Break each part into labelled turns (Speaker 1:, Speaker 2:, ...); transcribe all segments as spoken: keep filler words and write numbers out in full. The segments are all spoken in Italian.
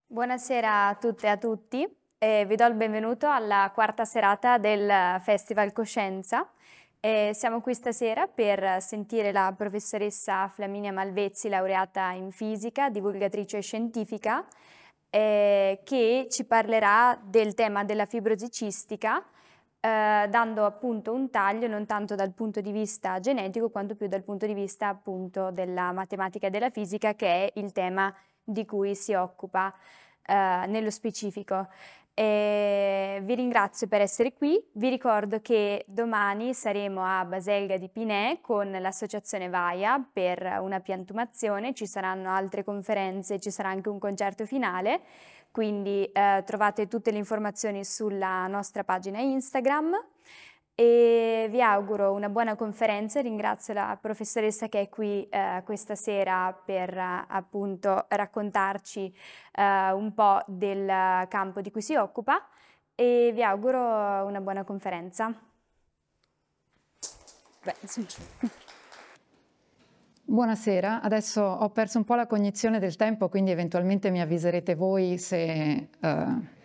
Speaker 1: Buonasera a tutte e a tutti e vi do il benvenuto alla quarta serata del Festival Coscienza. E siamo qui stasera per sentire la professoressa Flaminia Malvezzi, laureata in fisica, divulgatrice scientifica, eh, che ci parlerà del tema della fibrosi cistica, eh, dando appunto un taglio non tanto dal punto di vista genetico quanto più dal punto di vista appunto della matematica e della fisica, che è il tema di cui si occupa eh, nello specifico. E vi ringrazio per essere qui, vi ricordo che domani saremo a Baselga di Pinè con l'associazione Vaia per una piantumazione, ci saranno altre conferenze, ci sarà anche un concerto finale, quindi eh, trovate tutte le informazioni sulla nostra pagina Instagram. E vi auguro una buona conferenza. Ringrazio la professoressa che è qui eh, questa sera per eh, appunto raccontarci eh, un po' del campo di cui si occupa e vi auguro una buona conferenza. Beh,
Speaker 2: Buonasera, adesso ho perso un po' la cognizione del tempo, quindi eventualmente mi avviserete voi se eh,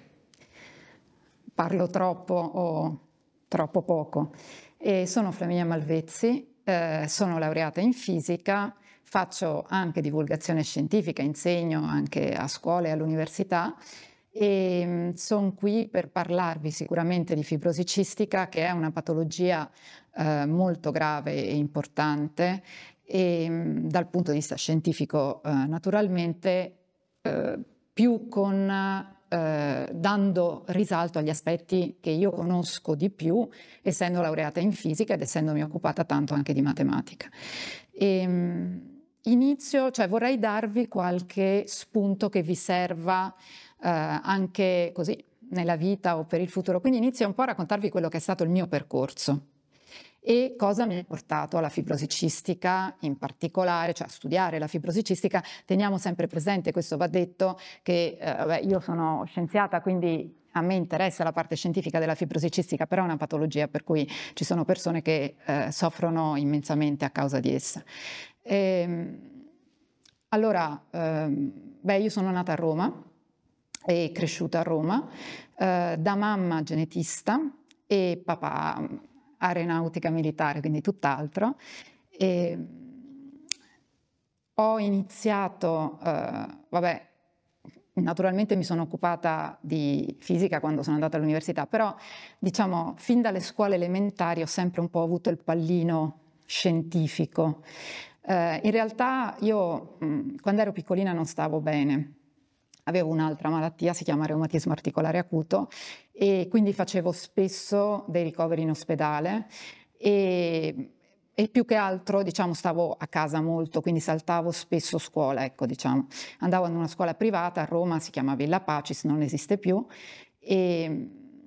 Speaker 2: parlo troppo o troppo poco. E sono Flaminia Malvezzi, eh, sono laureata in fisica, faccio anche divulgazione scientifica, insegno anche a scuole e all'università e sono qui per parlarvi sicuramente di fibrosi cistica, che è una patologia eh, molto grave e importante e dal punto di vista scientifico eh, naturalmente eh, più con eh, dando risalto agli aspetti che io conosco di più, essendo laureata in fisica ed essendomi occupata tanto anche di matematica. E, inizio, cioè vorrei darvi qualche spunto che vi serva eh, anche così nella vita o per il futuro. Quindi inizio un po' a raccontarvi quello che è stato il mio percorso e cosa mi ha portato alla fibrosi cistica in particolare, cioè a studiare la fibrosi cistica. Teniamo sempre presente, questo va detto, che eh, vabbè, io sono scienziata, quindi a me interessa la parte scientifica della fibrosi cistica, però è una patologia per cui ci sono persone che eh, soffrono immensamente a causa di essa. E, allora, ehm, beh, io sono nata a Roma e cresciuta a Roma, eh, da mamma genetista e papà aeronautica militare, quindi tutt'altro. E ho iniziato, eh, vabbè, naturalmente mi sono occupata di fisica quando sono andata all'università, però diciamo fin dalle scuole elementari ho sempre un po' avuto il pallino scientifico. Eh, in realtà io mh, quando ero piccolina non stavo bene. Avevo un'altra malattia, si chiama reumatismo articolare acuto, e quindi facevo spesso dei ricoveri in ospedale e, e più che altro, diciamo, stavo a casa molto, quindi saltavo spesso scuola, ecco, diciamo. Andavo in una scuola privata a Roma, si chiama Villa Pacis, non esiste più, e,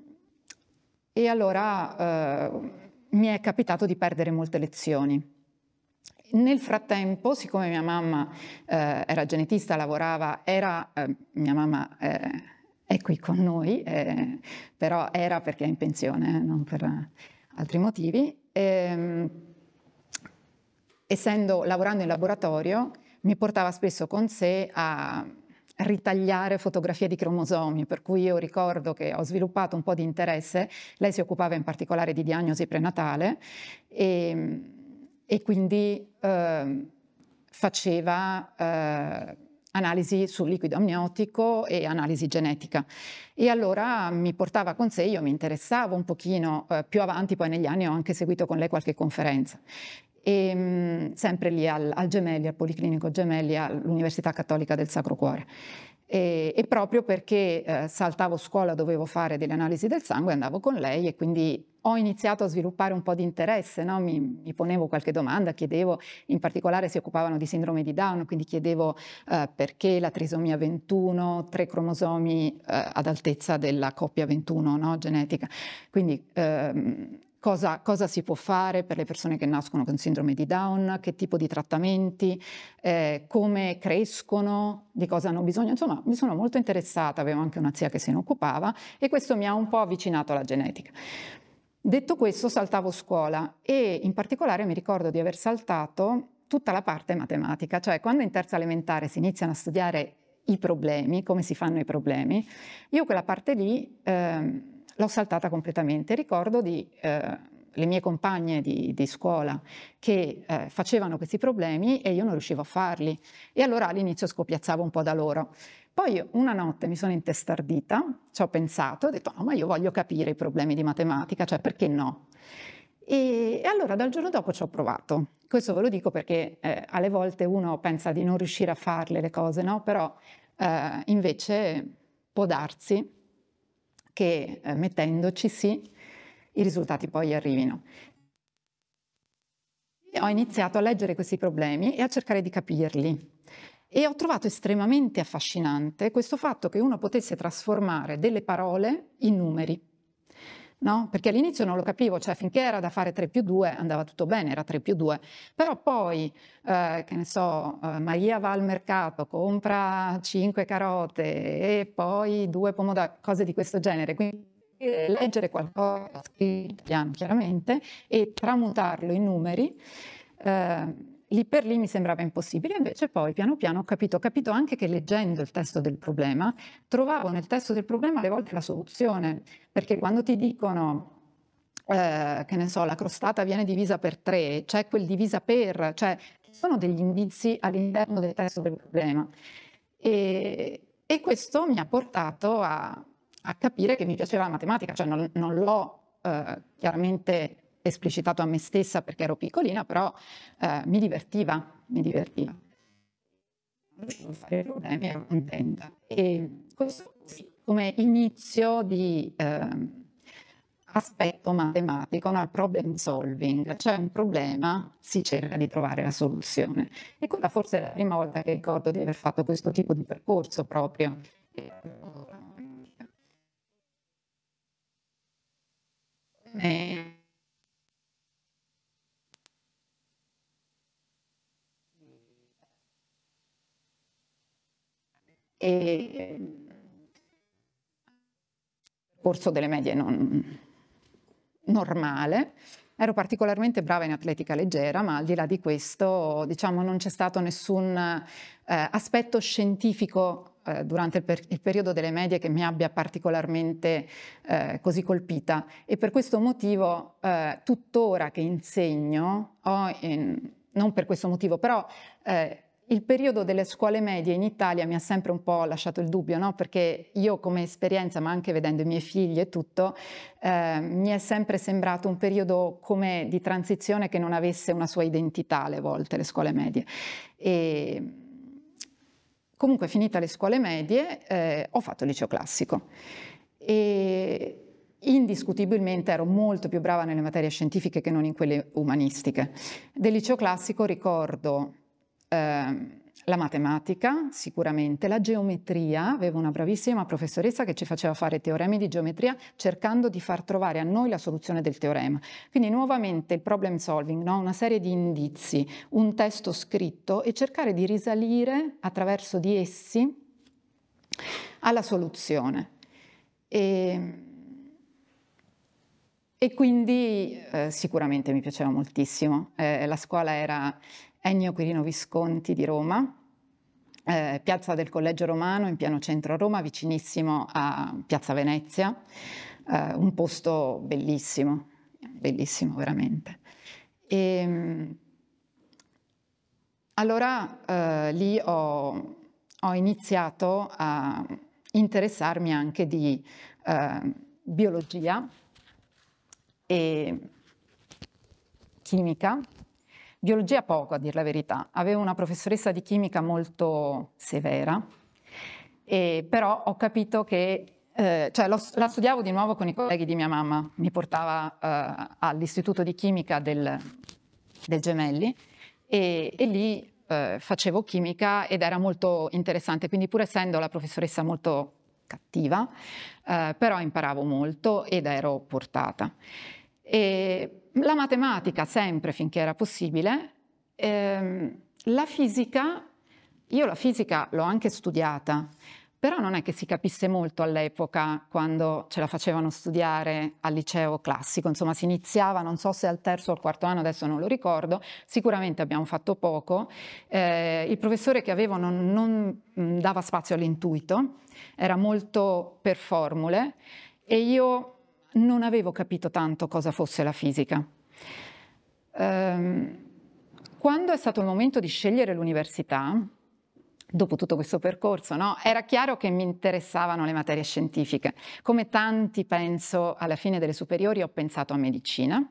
Speaker 2: e allora eh, mi è capitato di perdere molte lezioni. Nel frattempo, siccome mia mamma eh, era genetista, lavorava, era, eh, mia mamma eh, è qui con noi, eh, però era perché è in pensione, eh, non per altri motivi. E, essendo, lavorando in laboratorio, mi portava spesso con sé a ritagliare fotografie di cromosomi, per cui io ricordo che ho sviluppato un po' di interesse. Lei si occupava in particolare di diagnosi prenatale e e quindi eh, faceva eh, analisi sul liquido amniotico e analisi genetica. E allora mi portava con sé, io mi interessavo un pochino, eh, più avanti poi negli anni ho anche seguito con lei qualche conferenza. E, mh, sempre lì al, al Gemelli, al Policlinico Gemelli, all'Università Cattolica del Sacro Cuore. E, e proprio perché eh, saltavo scuola, dovevo fare delle analisi del sangue, andavo con lei e quindi ho iniziato a sviluppare un po' di interesse, no? mi, mi ponevo qualche domanda, chiedevo, in particolare si occupavano di sindrome di Down, quindi chiedevo eh, perché la trisomia ventuno, tre cromosomi eh, ad altezza della coppia ventuno, no? Genetica. Quindi ehm, Cosa, cosa si può fare per le persone che nascono con sindrome di Down, che tipo di trattamenti, eh, come crescono, di cosa hanno bisogno. Insomma, mi sono molto interessata, avevo anche una zia che se ne occupava e questo mi ha un po' avvicinato alla genetica. Detto questo, saltavo scuola e in particolare mi ricordo di aver saltato tutta la parte matematica, cioè quando in terza elementare si iniziano a studiare i problemi, come si fanno i problemi, io quella parte lì eh, l'ho saltata completamente. Ricordo di eh, le mie compagne di, di scuola che eh, facevano questi problemi e io non riuscivo a farli, e allora all'inizio scoppiazzavo un po' da loro. Poi una notte mi sono intestardita, ci ho pensato, ho detto no, ma io voglio capire i problemi di matematica, cioè perché no? E, e allora dal giorno dopo ci ho provato. Questo ve lo dico perché eh, alle volte uno pensa di non riuscire a farle le cose, no? Però eh, invece può darsi che eh, mettendoci sì, i risultati poi arrivino. E ho iniziato a leggere questi problemi e a cercare di capirli. E ho trovato estremamente affascinante questo fatto che uno potesse trasformare delle parole in numeri, no? Perché all'inizio non lo capivo, cioè finché era da fare tre più due andava tutto bene, era tre più due, però poi, eh, che ne so, eh, Maria va al mercato, compra cinque carote e poi due pomodori, cose di questo genere, quindi leggere qualcosa scritto italiano chiaramente e tramutarlo in numeri, eh, lì per lì mi sembrava impossibile, invece poi piano piano ho capito, ho capito anche che leggendo il testo del problema trovavo nel testo del problema alle volte la soluzione, perché quando ti dicono eh, che ne so, la crostata viene divisa per tre, c'è quel divisa per, cioè ci sono degli indizi all'interno del testo del problema, e, e questo mi ha portato a, a capire che mi piaceva la matematica, cioè non, non l'ho eh, chiaramente esplicitato a me stessa perché ero piccolina, però eh, mi divertiva, mi divertiva. Non riuscivo a fare problemi, ero contenta. E questo sì, come inizio di eh, aspetto matematico, no? Problem solving, c'è un problema, si cerca di trovare la soluzione. E quella forse è la prima volta che ricordo di aver fatto questo tipo di percorso proprio. E, e il corso delle medie non, normale, ero particolarmente brava in atletica leggera, ma al di là di questo, diciamo, non c'è stato nessun eh, aspetto scientifico eh, durante il, per il periodo delle medie che mi abbia particolarmente eh, così colpita, e per questo motivo eh, tuttora che insegno, ho in, non per questo motivo, però eh, il periodo delle scuole medie in Italia mi ha sempre un po' lasciato il dubbio, no? Perché io come esperienza, ma anche vedendo i miei figli e tutto, eh, mi è sempre sembrato un periodo come di transizione che non avesse una sua identità alle volte, le scuole medie. E comunque, finita le scuole medie, eh, ho fatto il liceo classico. E indiscutibilmente ero molto più brava nelle materie scientifiche che non in quelle umanistiche. Del liceo classico ricordo eh, la matematica, sicuramente, la geometria. Avevo una bravissima professoressa che ci faceva fare teoremi di geometria cercando di far trovare a noi la soluzione del teorema. Quindi nuovamente il problem solving, no? Una serie di indizi, un testo scritto e cercare di risalire attraverso di essi alla soluzione. E, e quindi eh, sicuramente mi piaceva moltissimo. Eh, la scuola era Ennio Quirino Visconti di Roma, eh, piazza del Collegio Romano in pieno centro a Roma, vicinissimo a Piazza Venezia, eh, un posto bellissimo, bellissimo veramente. E, allora eh, lì ho, ho iniziato a interessarmi anche di eh, biologia e chimica. Biologia poco, a dir la verità. Avevo una professoressa di chimica molto severa, e però ho capito che, eh, cioè lo, la studiavo di nuovo con i colleghi di mia mamma, mi portava eh, all'istituto di chimica del, del Gemelli, e, e lì eh, facevo chimica ed era molto interessante, quindi pur essendo la professoressa molto cattiva, eh, però imparavo molto ed ero portata. E la matematica sempre finché era possibile, ehm, la fisica, io la fisica l'ho anche studiata, però non è che si capisse molto all'epoca quando ce la facevano studiare al liceo classico, insomma si iniziava, non so se al terzo o al quarto anno, adesso non lo ricordo, sicuramente abbiamo fatto poco. Eh, il professore che avevo non, non mh, dava spazio all'intuito, era molto per formule e io non avevo capito tanto cosa fosse la fisica. Ehm, quando è stato il momento di scegliere l'università, dopo tutto questo percorso, no? Era chiaro che mi interessavano le materie scientifiche. Come tanti, penso, alla fine delle superiori ho pensato a medicina,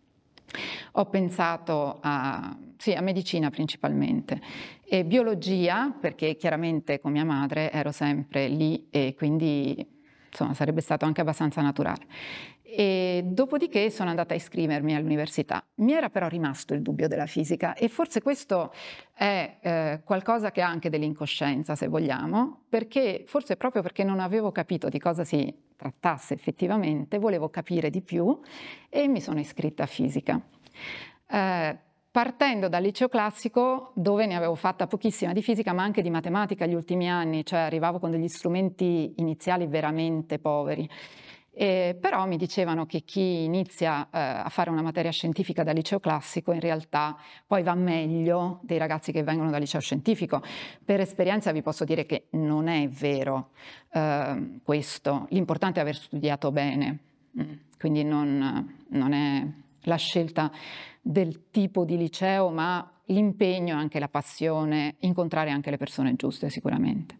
Speaker 2: ho pensato a, sì, a medicina principalmente, e biologia, perché chiaramente con mia madre ero sempre lì e quindi insomma sarebbe stato anche abbastanza naturale. E dopodiché sono andata a iscrivermi all'università. Mi era però rimasto il dubbio della fisica e forse questo è eh, qualcosa che ha anche dell'incoscienza, se vogliamo, perché forse proprio perché non avevo capito di cosa si trattasse effettivamente, volevo capire di più e mi sono iscritta a fisica. Eh, partendo dal liceo classico, dove ne avevo fatta pochissima di fisica, ma anche di matematica gli ultimi anni, cioè arrivavo con degli strumenti iniziali veramente poveri. Eh, però mi dicevano che chi inizia eh, a fare una materia scientifica dal liceo classico in realtà poi va meglio dei ragazzi che vengono dal liceo scientifico. Per esperienza vi posso dire che non è vero eh, questo, l'importante è aver studiato bene, quindi non, non è la scelta del tipo di liceo, ma l'impegno, anche la passione, incontrare anche le persone giuste sicuramente.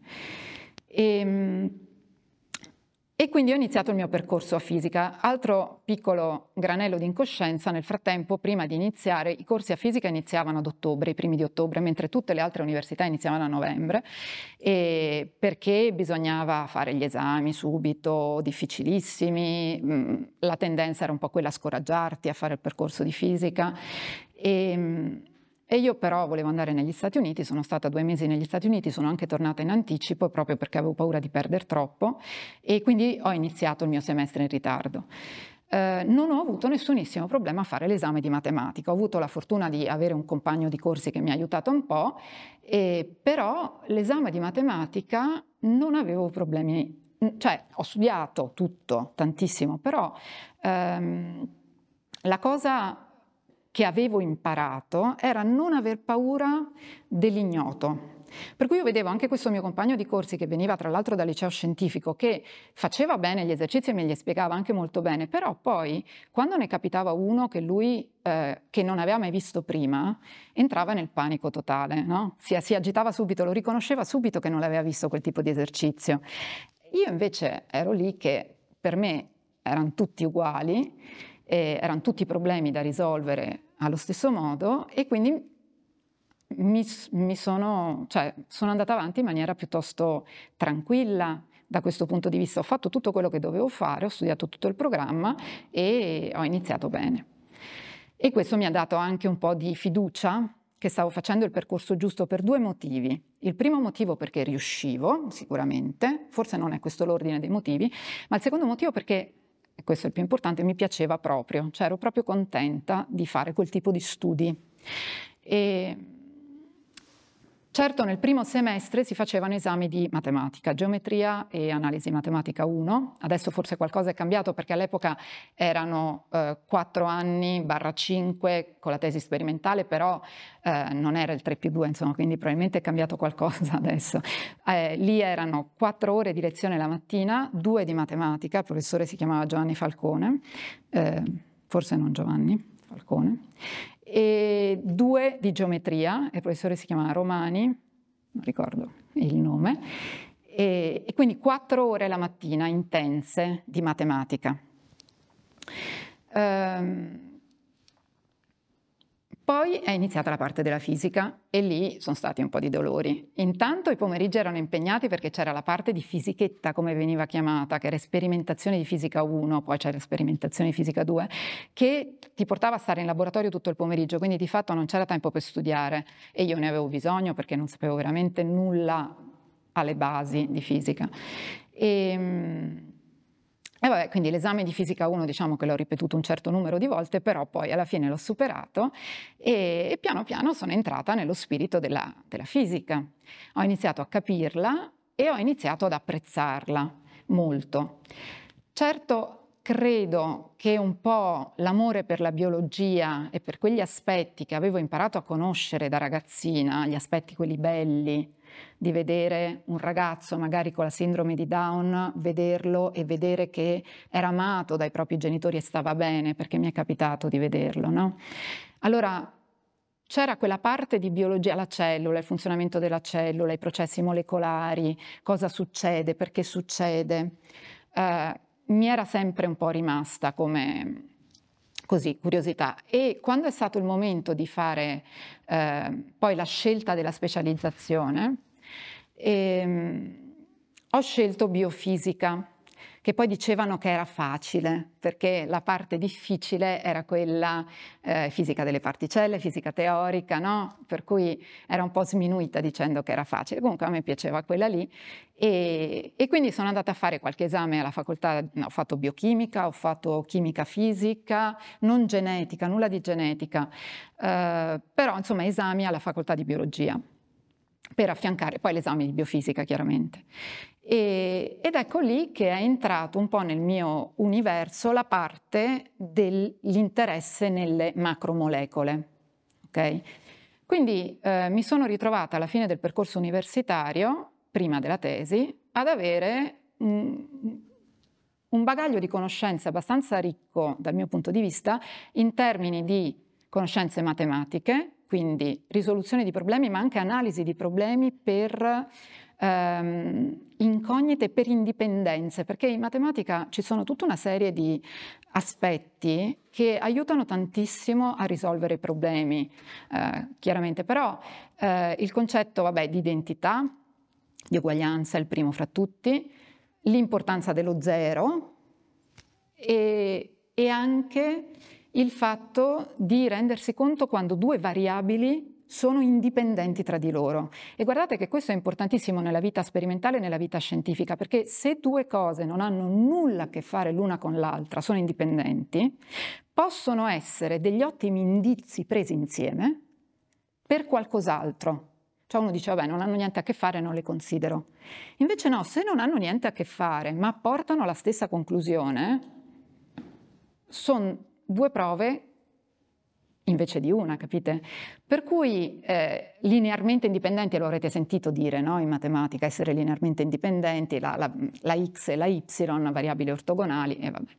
Speaker 2: E, E quindi ho iniziato il mio percorso a fisica. Altro piccolo granello di incoscienza: nel frattempo, prima di iniziare, i corsi a fisica iniziavano ad ottobre, i primi di ottobre, mentre tutte le altre università iniziavano a novembre, e perché bisognava fare gli esami subito, difficilissimi, la tendenza era un po' quella a scoraggiarti a fare il percorso di fisica. E, E io però volevo andare negli Stati Uniti, sono stata due mesi negli Stati Uniti, sono anche tornata in anticipo proprio perché avevo paura di perdere troppo e quindi ho iniziato il mio semestre in ritardo. Eh, non ho avuto nessunissimo problema a fare l'esame di matematica, ho avuto la fortuna di avere un compagno di corsi che mi ha aiutato un po', e però l'esame di matematica non avevo problemi, cioè ho studiato tutto, tantissimo, però ehm, la cosa che avevo imparato era non aver paura dell'ignoto. Per cui io vedevo anche questo mio compagno di corsi, che veniva tra l'altro dal liceo scientifico, che faceva bene gli esercizi e me li spiegava anche molto bene, però poi quando ne capitava uno che lui eh, che non aveva mai visto prima, entrava nel panico totale, no? si, si agitava subito, lo riconosceva subito che non l'aveva visto quel tipo di esercizio. Io invece ero lì che per me erano tutti uguali, eh, erano tutti problemi da risolvere allo stesso modo, e quindi mi, mi sono, cioè, sono andata avanti in maniera piuttosto tranquilla da questo punto di vista. Ho fatto tutto quello che dovevo fare, ho studiato tutto il programma e ho iniziato bene. E questo mi ha dato anche un po' di fiducia che stavo facendo il percorso giusto per due motivi. Il primo motivo perché riuscivo, sicuramente, forse non è questo l'ordine dei motivi, ma il secondo motivo perché, e questo è il più importante, mi piaceva proprio, cioè ero proprio contenta di fare quel tipo di studi. E certo, nel primo semestre si facevano esami di matematica, geometria e analisi matematica uno. Adesso forse qualcosa è cambiato, perché all'epoca erano eh, quattro anni barra cinque con la tesi sperimentale, però eh, non era il tre più due, insomma, quindi probabilmente è cambiato qualcosa adesso. Eh, lì erano quattro ore di lezione la mattina, due di matematica, il professore si chiamava Giovanni Falcone, eh, forse non Giovanni Falcone, e due di geometria, il professore si chiamava Romani, non ricordo il nome, e, e quindi quattro ore la mattina intense di matematica. Ehm, Poi è iniziata la parte della fisica e lì sono stati un po' di dolori. Intanto i pomeriggi erano impegnati perché c'era la parte di fisichetta, come veniva chiamata, che era sperimentazione di fisica uno, poi c'era sperimentazione di fisica due, che ti portava a stare in laboratorio tutto il pomeriggio, quindi di fatto non c'era tempo per studiare e io ne avevo bisogno perché non sapevo veramente nulla alle basi di fisica. E, E vabbè, quindi l'esame di fisica uno diciamo che l'ho ripetuto un certo numero di volte, però poi alla fine l'ho superato e, e piano piano sono entrata nello spirito della, della fisica. Ho iniziato a capirla e ho iniziato ad apprezzarla molto. Certo, credo che un po' l'amore per la biologia e per quegli aspetti che avevo imparato a conoscere da ragazzina, gli aspetti quelli belli, di vedere un ragazzo magari con la sindrome di Down, vederlo e vedere che era amato dai propri genitori e stava bene, perché mi è capitato di vederlo, no? Allora, c'era quella parte di biologia, la cellula, il funzionamento della cellula, i processi molecolari, cosa succede, perché succede. Eh, mi era sempre un po' rimasta come così, curiosità. E quando è stato il momento di fare eh, poi la scelta della specializzazione, ehm, ho scelto biofisica, che poi dicevano che era facile, perché la parte difficile era quella eh, fisica delle particelle, fisica teorica, no? Per cui era un po' sminuita dicendo che era facile. Comunque a me piaceva quella lì e, e quindi sono andata a fare qualche esame alla facoltà, no, ho fatto biochimica, ho fatto chimica fisica, non genetica, nulla di genetica, eh, però insomma esami alla facoltà di biologia, per affiancare poi l'esame di biofisica chiaramente. E, ed ecco lì che è entrato un po' nel mio universo la parte dell'interesse nelle macromolecole. Okay? Quindi eh, mi sono ritrovata alla fine del percorso universitario, prima della tesi, ad avere un, un bagaglio di conoscenze abbastanza ricco dal mio punto di vista in termini di conoscenze matematiche, quindi risoluzione di problemi, ma anche analisi di problemi per ehm, incognite, per indipendenze, perché in matematica ci sono tutta una serie di aspetti che aiutano tantissimo a risolvere i problemi, eh, chiaramente, però eh, il concetto, vabbè, di identità, di uguaglianza è il primo fra tutti, l'importanza dello zero e, e anche il fatto di rendersi conto quando due variabili sono indipendenti tra di loro. E guardate che questo è importantissimo nella vita sperimentale e nella vita scientifica, perché se due cose non hanno nulla a che fare l'una con l'altra, sono indipendenti, possono essere degli ottimi indizi presi insieme per qualcos'altro. Cioè uno dice, vabbè, non hanno niente a che fare, non le considero. Invece no, se non hanno niente a che fare, ma portano alla stessa conclusione, sono due prove invece di una, capite? Per cui eh, linearmente indipendenti, lo avrete sentito dire, no? In matematica, essere linearmente indipendenti, la, la, la x e la y, variabili ortogonali, e vabbè.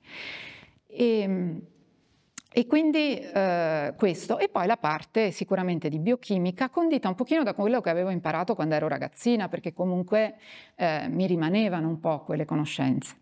Speaker 2: E, e quindi eh, questo, e poi la parte sicuramente di biochimica, condita un pochino da quello che avevo imparato quando ero ragazzina, perché comunque eh, mi rimanevano un po' quelle conoscenze.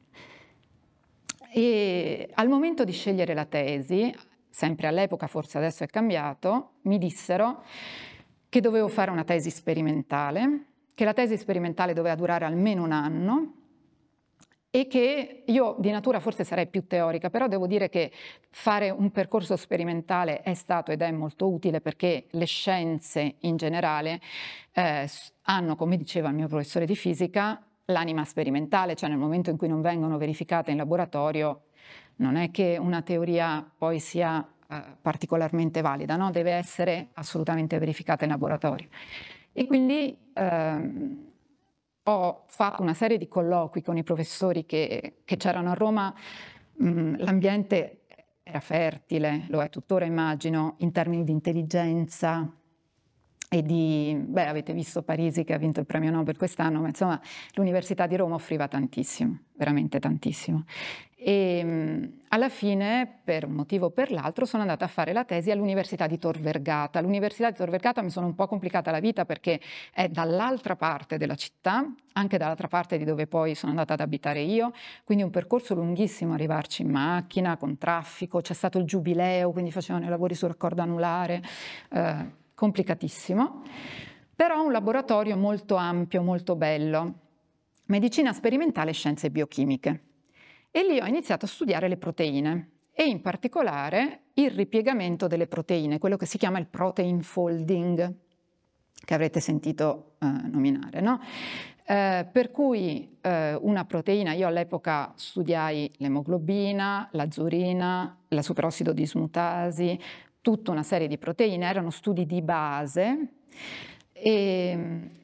Speaker 2: E al momento di scegliere la tesi, sempre all'epoca, forse adesso è cambiato, mi dissero che dovevo fare una tesi sperimentale, che la tesi sperimentale doveva durare almeno un anno e che io di natura forse sarei più teorica, però devo dire che fare un percorso sperimentale è stato ed è molto utile perché le scienze in generale eh, hanno, come diceva il mio professore di fisica, l'anima sperimentale, cioè nel momento in cui non vengono verificate in laboratorio non è che una teoria poi sia eh, particolarmente valida, no? Deve essere assolutamente verificata in laboratorio. E quindi ehm, ho fatto una serie di colloqui con i professori che, che c'erano a Roma. L'ambiente era fertile, lo è tuttora immagino, in termini di intelligenza e di, beh, avete visto Parisi che ha vinto il premio Nobel quest'anno, ma insomma l'Università di Roma offriva tantissimo, veramente tantissimo. E mh, alla fine, per un motivo o per l'altro, sono andata a fare la tesi all'Università di Tor Vergata. All'Università di Tor Vergata mi sono un po' complicata la vita perché è dall'altra parte della città, anche dall'altra parte di dove poi sono andata ad abitare io, quindi un percorso lunghissimo arrivarci in macchina, con traffico, c'è stato il giubileo, quindi facevano i lavori sul raccordo anulare, eh, complicatissimo, però un laboratorio molto ampio, molto bello, medicina sperimentale e scienze biochimiche. E lì ho iniziato a studiare le proteine e in particolare il ripiegamento delle proteine, quello che si chiama il protein folding, che avrete sentito eh, nominare, no? Eh, per cui eh, una proteina, io all'epoca studiai l'emoglobina, l'azzurina, la superossido dismutasi, tutta una serie di proteine, erano studi di base e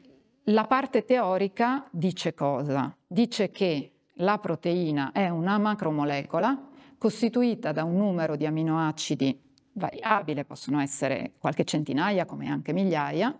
Speaker 2: la parte teorica dice cosa? Dice che la proteina è una macromolecola costituita da un numero di aminoacidi variabile, possono essere qualche centinaia come anche migliaia,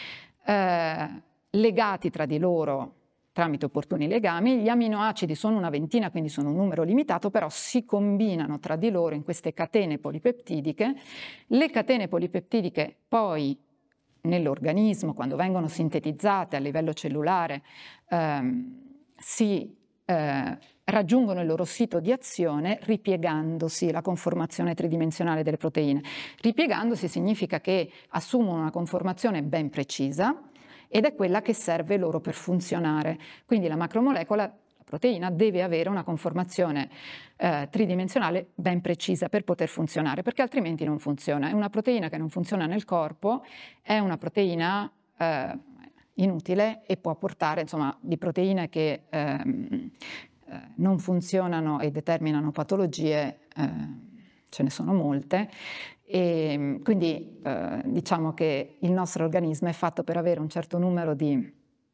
Speaker 2: eh, legati tra di loro tramite opportuni legami. Gli aminoacidi sono una ventina, quindi sono un numero limitato, però si combinano tra di loro in queste catene polipeptidiche. Le catene polipeptidiche poi nell'organismo, quando vengono sintetizzate a livello cellulare, ehm, si eh, raggiungono il loro sito di azione ripiegandosi, la conformazione tridimensionale delle proteine. Ripiegandosi significa che assumono una conformazione ben precisa ed è quella che serve loro per funzionare. Quindi la macromolecola, la proteina, deve avere una conformazione eh, tridimensionale ben precisa per poter funzionare, perché altrimenti non funziona. È una proteina che non funziona nel corpo, è una proteina eh, inutile e può portare, insomma, di proteine che ehm, eh, non funzionano e determinano patologie, eh, ce ne sono molte. E quindi eh, diciamo che il nostro organismo è fatto per avere un certo numero di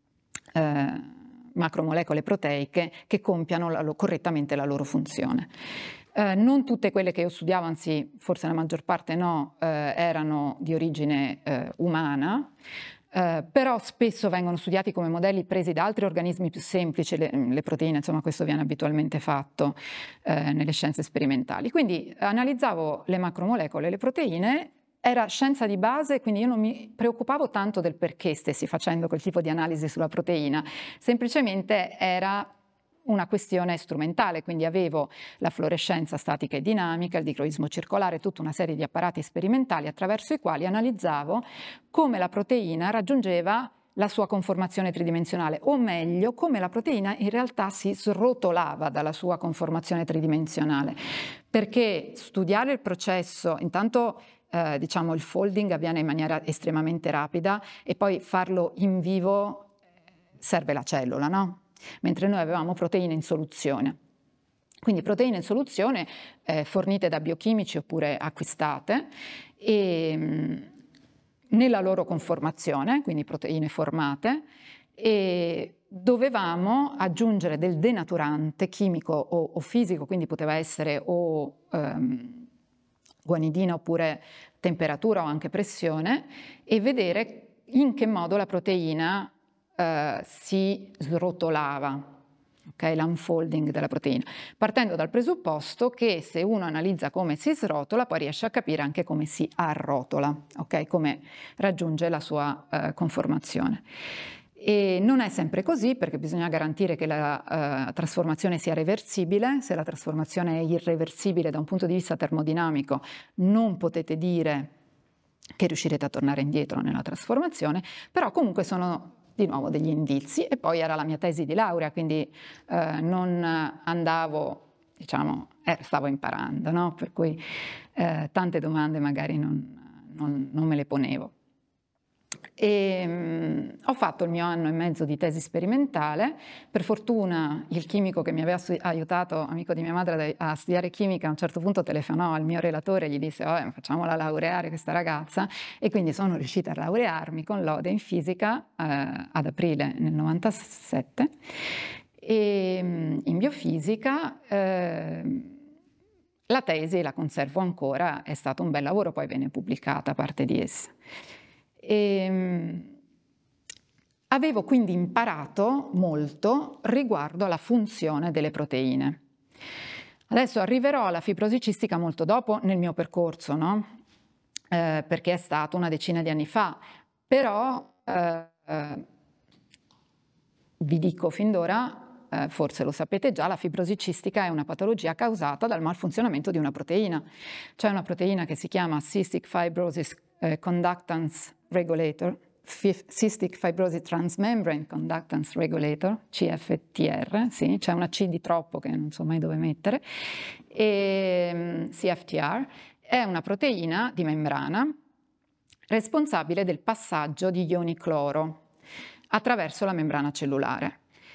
Speaker 2: eh, macromolecole proteiche che compiano la, correttamente la loro funzione. Eh, non tutte quelle che io studiavo, anzi forse la maggior parte no, eh, erano di origine eh, umana, eh, però spesso vengono studiati come modelli presi da altri organismi più semplici, le, le proteine, insomma questo viene abitualmente fatto eh, nelle scienze sperimentali. Quindi analizzavo le macromolecole e le proteine. Era scienza di base, quindi io non mi preoccupavo tanto del perché stessi facendo quel tipo di analisi sulla proteina, semplicemente era una questione strumentale, quindi avevo la fluorescenza statica e dinamica, il dicroismo circolare, tutta una serie di apparati sperimentali attraverso i quali analizzavo come la proteina raggiungeva la sua conformazione tridimensionale, o meglio, come la proteina in realtà si srotolava dalla sua conformazione tridimensionale, perché studiare il processo, intanto eh, diciamo il folding avviene in maniera estremamente rapida e poi farlo in vivo serve la cellula, no? Mentre noi avevamo proteine in soluzione. Quindi proteine in soluzione eh, fornite da biochimici oppure acquistate e mh, nella loro conformazione, quindi proteine formate, e dovevamo aggiungere del denaturante chimico o, o fisico, quindi poteva essere o ehm, guanidina oppure temperatura o anche pressione, e vedere in che modo la proteina eh, si srotolava, okay? L'unfolding della proteina, partendo dal presupposto che se uno analizza come si srotola, poi riesce a capire anche come si arrotola, okay? Come raggiunge la sua eh, conformazione. E non è sempre così, perché bisogna garantire che la uh, trasformazione sia reversibile. Se la trasformazione è irreversibile da un punto di vista termodinamico, non potete dire che riuscirete a tornare indietro nella trasformazione, però comunque sono di nuovo degli indizi. E poi era la mia tesi di laurea, quindi uh, non andavo, diciamo, eh, stavo imparando, no? Per cui uh, tante domande magari non, non, non me le ponevo. E, um, ho fatto il mio anno e mezzo di tesi sperimentale. Per fortuna il chimico che mi aveva aiutato, amico di mia madre, a studiare chimica, a un certo punto telefonò al mio relatore e gli disse: oh, facciamola laureare questa ragazza, e quindi sono riuscita a laurearmi con lode in fisica eh, ad aprile nel novantasette, e in biofisica eh, la tesi la conservo ancora, è stato un bel lavoro, poi venne pubblicata parte di essa. E, avevo quindi imparato molto riguardo alla funzione delle proteine. Adesso arriverò alla fibrosi cistica molto dopo nel mio percorso, no? Eh, perché è stato una decina di anni fa, però eh, eh, vi dico fin d'ora, eh, forse lo sapete già, la fibrosi cistica è una patologia causata dal malfunzionamento di una proteina. C'è una proteina che si chiama Cystic Fibrosis eh, Conductance Regulator, Cystic Fibrosis Transmembrane Conductance Regulator, C F T R, sì, c'è una C di troppo che non so mai dove mettere, e C F T R è una proteina di membrana responsabile del passaggio di ioni cloro attraverso la membrana cellulare.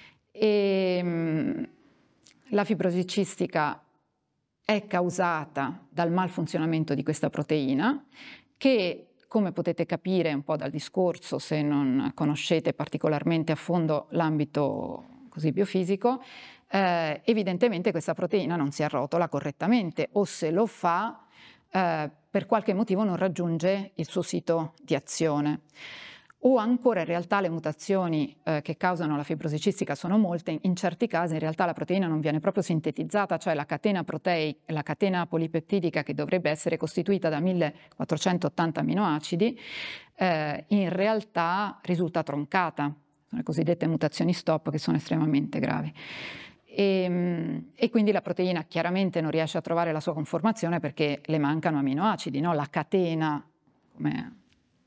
Speaker 2: E la fibrosi cistica è causata dal malfunzionamento di questa proteina, che come potete capire un po' dal discorso, se non conoscete particolarmente a fondo l'ambito così biofisico, eh, evidentemente questa proteina non si arrotola correttamente, o se lo fa, eh, per qualche motivo non raggiunge il suo sito di azione. O ancora in realtà le mutazioni eh, che causano la fibrosi cistica sono molte, in certi casi in realtà la proteina non viene proprio sintetizzata, cioè la catena proteica, la catena polipeptidica che dovrebbe essere costituita da millequattrocentottanta aminoacidi, eh, in realtà risulta troncata, sono le cosiddette mutazioni stop che sono estremamente gravi. E, e quindi la proteina chiaramente non riesce a trovare la sua conformazione perché le mancano aminoacidi, no? La catena, come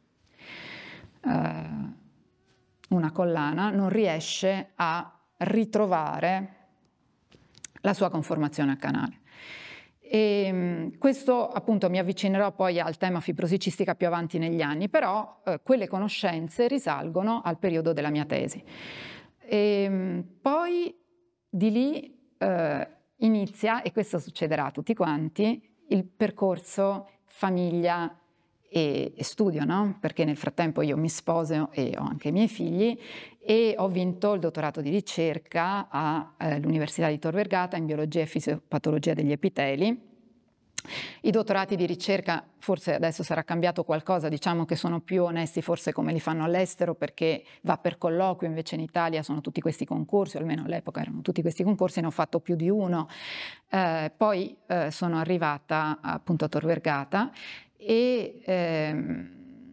Speaker 2: Uh, una collana, non riesce a ritrovare la sua conformazione a canale. E um, questo appunto mi avvicinerò poi al tema fibrosi cistica più avanti negli anni, però uh, quelle conoscenze risalgono al periodo della mia tesi. E, um, poi di lì uh, inizia, e questo succederà a tutti quanti, il percorso famiglia e, e studio, no? Perché nel frattempo io mi sposo e ho anche i miei figli e ho vinto il dottorato di ricerca all'Università eh, di Tor Vergata in biologia e fisiopatologia degli epiteli. I dottorati di ricerca, forse adesso sarà cambiato qualcosa, diciamo che sono più onesti forse come li fanno all'estero perché va per colloquio, invece in Italia sono tutti questi concorsi, o almeno all'epoca erano tutti questi concorsi, ne ho fatto più di uno. Eh, poi eh, sono arrivata appunto a Tor Vergata e, ehm,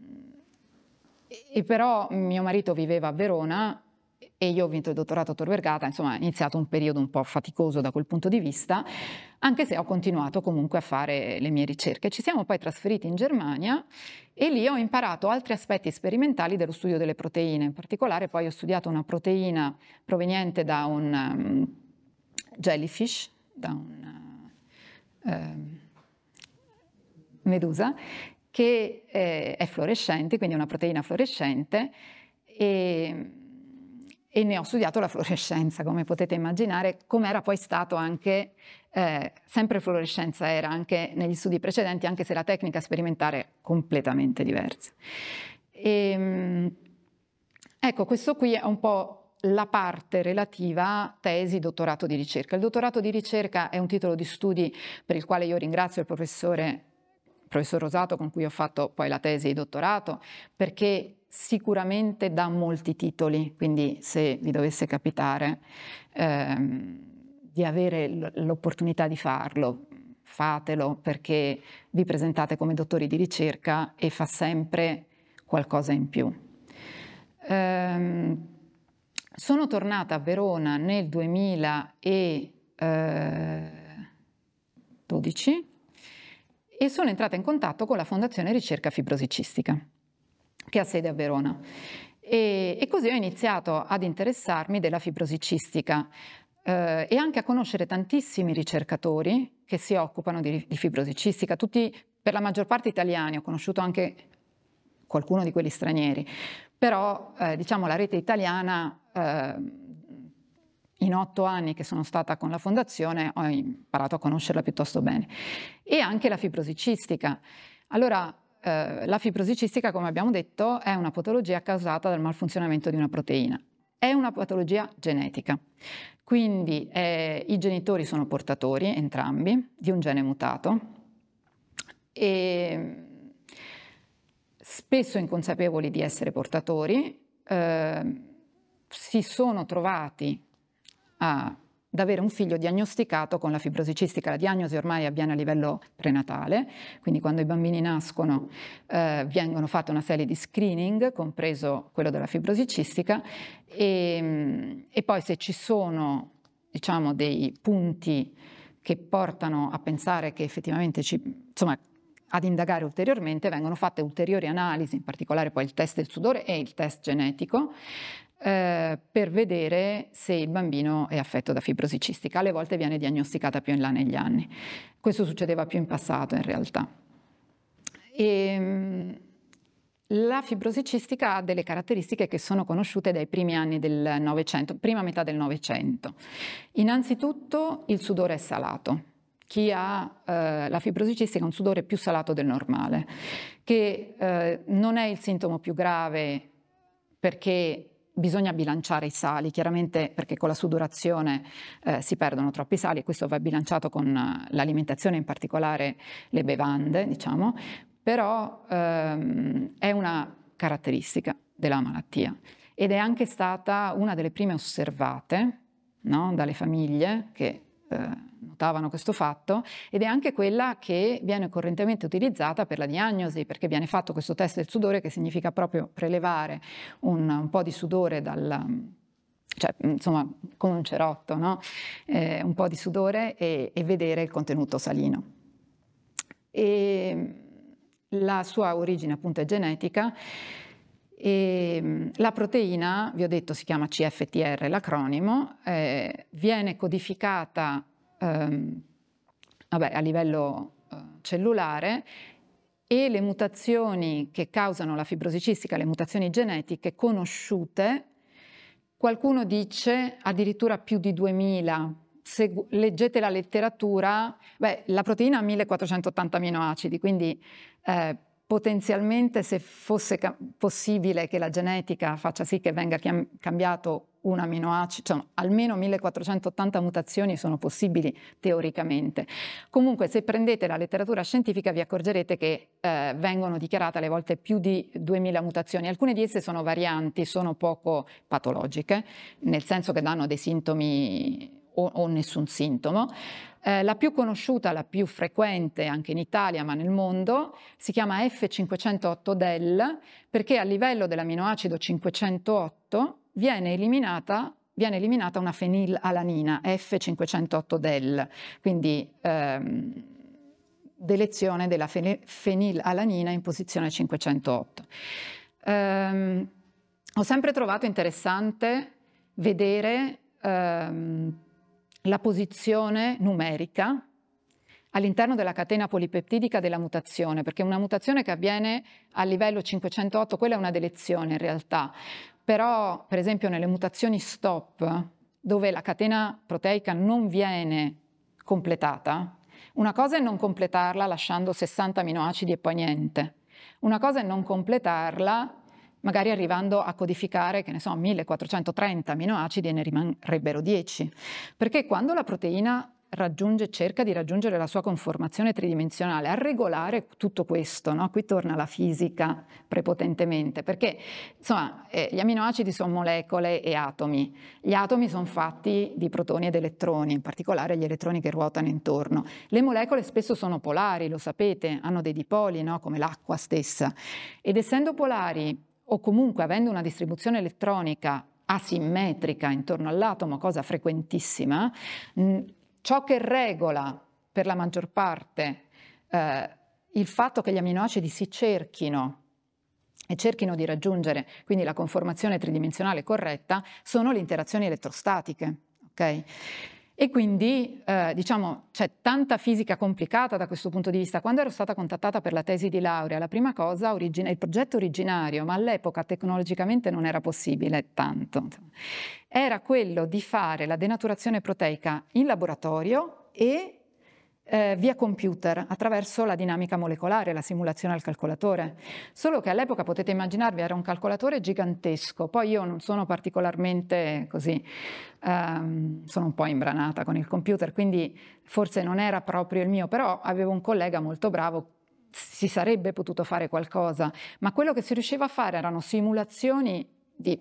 Speaker 2: e però mio marito viveva a Verona e io ho vinto il dottorato a Tor Vergata, insomma è iniziato un periodo un po' faticoso da quel punto di vista, anche se ho continuato comunque a fare le mie ricerche. Ci siamo poi trasferiti in Germania e lì ho imparato altri aspetti sperimentali dello studio delle proteine, in particolare poi ho studiato una proteina proveniente da un um, jellyfish, da un uh, uh, medusa, che eh, è fluorescente, quindi è una proteina fluorescente, e, e ne ho studiato la fluorescenza, come potete immaginare, come era poi stato anche, eh, sempre fluorescenza era anche negli studi precedenti, anche se la tecnica sperimentale è completamente diversa. E, ecco, questo qui è un po' la parte relativa a tesi, dottorato di ricerca. Il dottorato di ricerca è un titolo di studi per il quale io ringrazio il professore professor Rosato, con cui ho fatto poi la tesi di dottorato, perché sicuramente dà molti titoli, quindi se vi dovesse capitare ehm, di avere l'opportunità di farlo, fatelo, perché vi presentate come dottori di ricerca e fa sempre qualcosa in più. Ehm, sono tornata a Verona nel duemiladodici e sono entrata in contatto con la Fondazione Ricerca Fibrosi Cistica, che ha sede a Verona. E, e così ho iniziato ad interessarmi della fibrosi cistica eh, e anche a conoscere tantissimi ricercatori che si occupano di, di fibrosi cistica, tutti per la maggior parte italiani, ho conosciuto anche qualcuno di quelli stranieri, però eh, diciamo la rete italiana eh, in otto anni che sono stata con la fondazione ho imparato a conoscerla piuttosto bene. E anche la fibrosi cistica. Allora, eh, la fibrosi cistica, come abbiamo detto, è una patologia causata dal malfunzionamento di una proteina. È una patologia genetica, quindi eh, i genitori sono portatori, entrambi, di un gene mutato e spesso inconsapevoli di essere portatori, eh, si sono trovati A, ad avere un figlio diagnosticato con la fibrosi cistica. La diagnosi ormai avviene a livello prenatale, quindi quando i bambini nascono eh, vengono fatte una serie di screening, compreso quello della fibrosi cistica, e, e poi se ci sono, diciamo, dei punti che portano a pensare che effettivamente ci, insomma, ad indagare ulteriormente, vengono fatte ulteriori analisi, in particolare poi il test del sudore e il test genetico, Eh, per vedere se il bambino è affetto da fibrosi cistica. Alle volte viene diagnosticata più in là negli anni. Questo succedeva più in passato in realtà. E, la fibrosi cistica ha delle caratteristiche che sono conosciute dai primi anni del Novecento, prima metà del Novecento. Innanzitutto il sudore è salato, chi ha eh, la fibrosi cistica ha un sudore più salato del normale, che eh, non è il sintomo più grave perché bisogna bilanciare i sali, chiaramente perché con la sudorazione eh, si perdono troppi sali e questo va bilanciato con l'alimentazione, in particolare le bevande, diciamo, però ehm, è una caratteristica della malattia ed è anche stata una delle prime osservate, no, dalle famiglie che eh, notavano questo fatto, ed è anche quella che viene correntemente utilizzata per la diagnosi, perché viene fatto questo test del sudore, che significa proprio prelevare un, un po' di sudore dal, cioè insomma come un cerotto, no? Eh, un po' di sudore e, e vedere il contenuto salino. E la sua origine appunto è genetica. E la proteina, vi ho detto, si chiama C F T R, l'acronimo, eh, viene codificata ehm, vabbè, a livello eh, cellulare e le mutazioni che causano la fibrosi cistica, le mutazioni genetiche conosciute, qualcuno dice addirittura più di duemila. Se leggete la letteratura, beh, la proteina ha millequattrocentottanta aminoacidi, quindi eh, potenzialmente, se fosse possibile che la genetica faccia sì che venga cambiato un amminoacido, cioè almeno millequattrocentottanta mutazioni sono possibili teoricamente. Comunque, se prendete la letteratura scientifica vi accorgerete che eh, vengono dichiarate alle volte più di duemila mutazioni. Alcune di esse sono varianti, sono poco patologiche, nel senso che danno dei sintomi o, o nessun sintomo. Eh, la più conosciuta, la più frequente anche in Italia ma nel mondo, si chiama F cinquecentootto del, perché a livello dell'aminoacido cinquecentootto viene eliminata, viene eliminata una fenilalanina, F cinquecentootto del, quindi ehm, delezione della fenilalanina in posizione cinquecentootto. Ehm, ho sempre trovato interessante vedere ehm, la posizione numerica all'interno della catena polipeptidica della mutazione, perché una mutazione che avviene a livello cinquecentootto, quella è una delezione in realtà, però per esempio nelle mutazioni stop, dove la catena proteica non viene completata, una cosa è non completarla lasciando sessanta aminoacidi e poi niente, una cosa è non completarla magari arrivando a codificare, che ne so, millequattrocentotrenta aminoacidi e ne rimarrebbero dieci. Perché quando la proteina raggiunge, cerca di raggiungere la sua conformazione tridimensionale, a regolare tutto questo, no? Qui torna la fisica prepotentemente, perché insomma eh, gli aminoacidi sono molecole e atomi. Gli atomi sono fatti di protoni ed elettroni, in particolare gli elettroni che ruotano intorno. Le molecole spesso sono polari, lo sapete, hanno dei dipoli, no? Come l'acqua stessa. Ed essendo polari, o comunque avendo una distribuzione elettronica asimmetrica intorno all'atomo, cosa frequentissima, mh, ciò che regola per la maggior parte eh, il fatto che gli aminoacidi si cerchino e cerchino di raggiungere quindi la conformazione tridimensionale corretta sono le interazioni elettrostatiche, ok? E quindi eh, diciamo c'è tanta fisica complicata da questo punto di vista. Quando ero stata contattata per la tesi di laurea, la prima cosa, origine, il progetto originario, ma all'epoca tecnologicamente non era possibile tanto, era quello di fare la denaturazione proteica in laboratorio e eh, via computer, attraverso la dinamica molecolare, la simulazione al calcolatore. Solo che all'epoca, potete immaginarvi, era un calcolatore gigantesco. Poi io non sono particolarmente così, um, sono un po' imbranata con il computer, quindi forse non era proprio il mio, però avevo un collega molto bravo, si sarebbe potuto fare qualcosa, ma quello che si riusciva a fare erano simulazioni di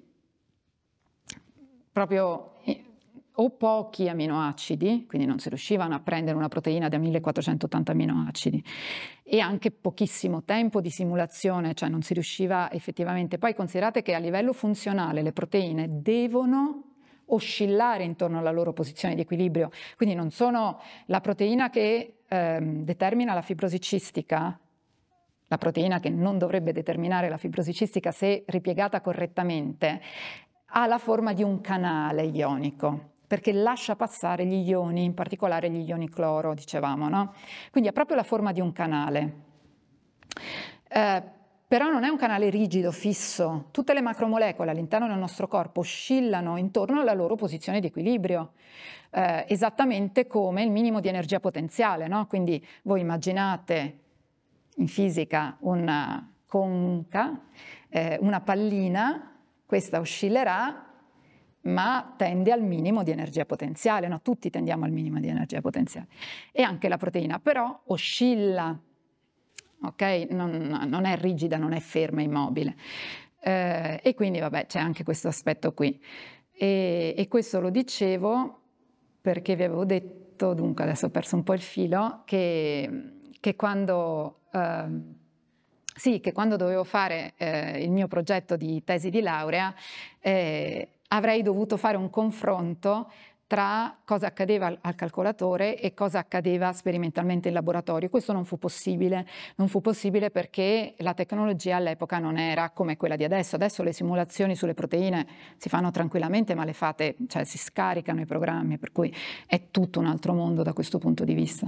Speaker 2: proprio o pochi aminoacidi, quindi non si riuscivano a prendere una proteina da millequattrocentottanta aminoacidi, e anche pochissimo tempo di simulazione, cioè non si riusciva effettivamente. Poi considerate che a livello funzionale le proteine devono oscillare intorno alla loro posizione di equilibrio, quindi non sono la proteina che ehm, determina la fibrosi cistica, la proteina che non dovrebbe determinare la fibrosi cistica se ripiegata correttamente, ha la forma di un canale ionico, perché lascia passare gli ioni, in particolare gli ioni cloro, dicevamo, no? Quindi ha proprio la forma di un canale. Eh, però non è un canale rigido, fisso. Tutte le macromolecole all'interno del nostro corpo oscillano intorno alla loro posizione di equilibrio, eh, esattamente come il minimo di energia potenziale, no? Quindi voi immaginate in fisica una conca, eh, una pallina, questa oscillerà, ma tende al minimo di energia potenziale, no? Tutti tendiamo al minimo di energia potenziale. E anche la proteina, però oscilla, ok? Non, non è rigida, non è ferma, immobile. Eh, e quindi, vabbè, c'è anche questo aspetto qui. E, e questo lo dicevo perché vi avevo detto, dunque adesso ho perso un po' il filo, che, che quando... Eh, sì, che quando dovevo fare eh, il mio progetto di tesi di laurea, eh, avrei dovuto fare un confronto tra cosa accadeva al, al calcolatore e cosa accadeva sperimentalmente in laboratorio. Questo non fu possibile, non fu possibile perché la tecnologia all'epoca non era come quella di adesso. Adesso le simulazioni sulle proteine si fanno tranquillamente, ma le fate, cioè si scaricano i programmi, per cui è tutto un altro mondo da questo punto di vista.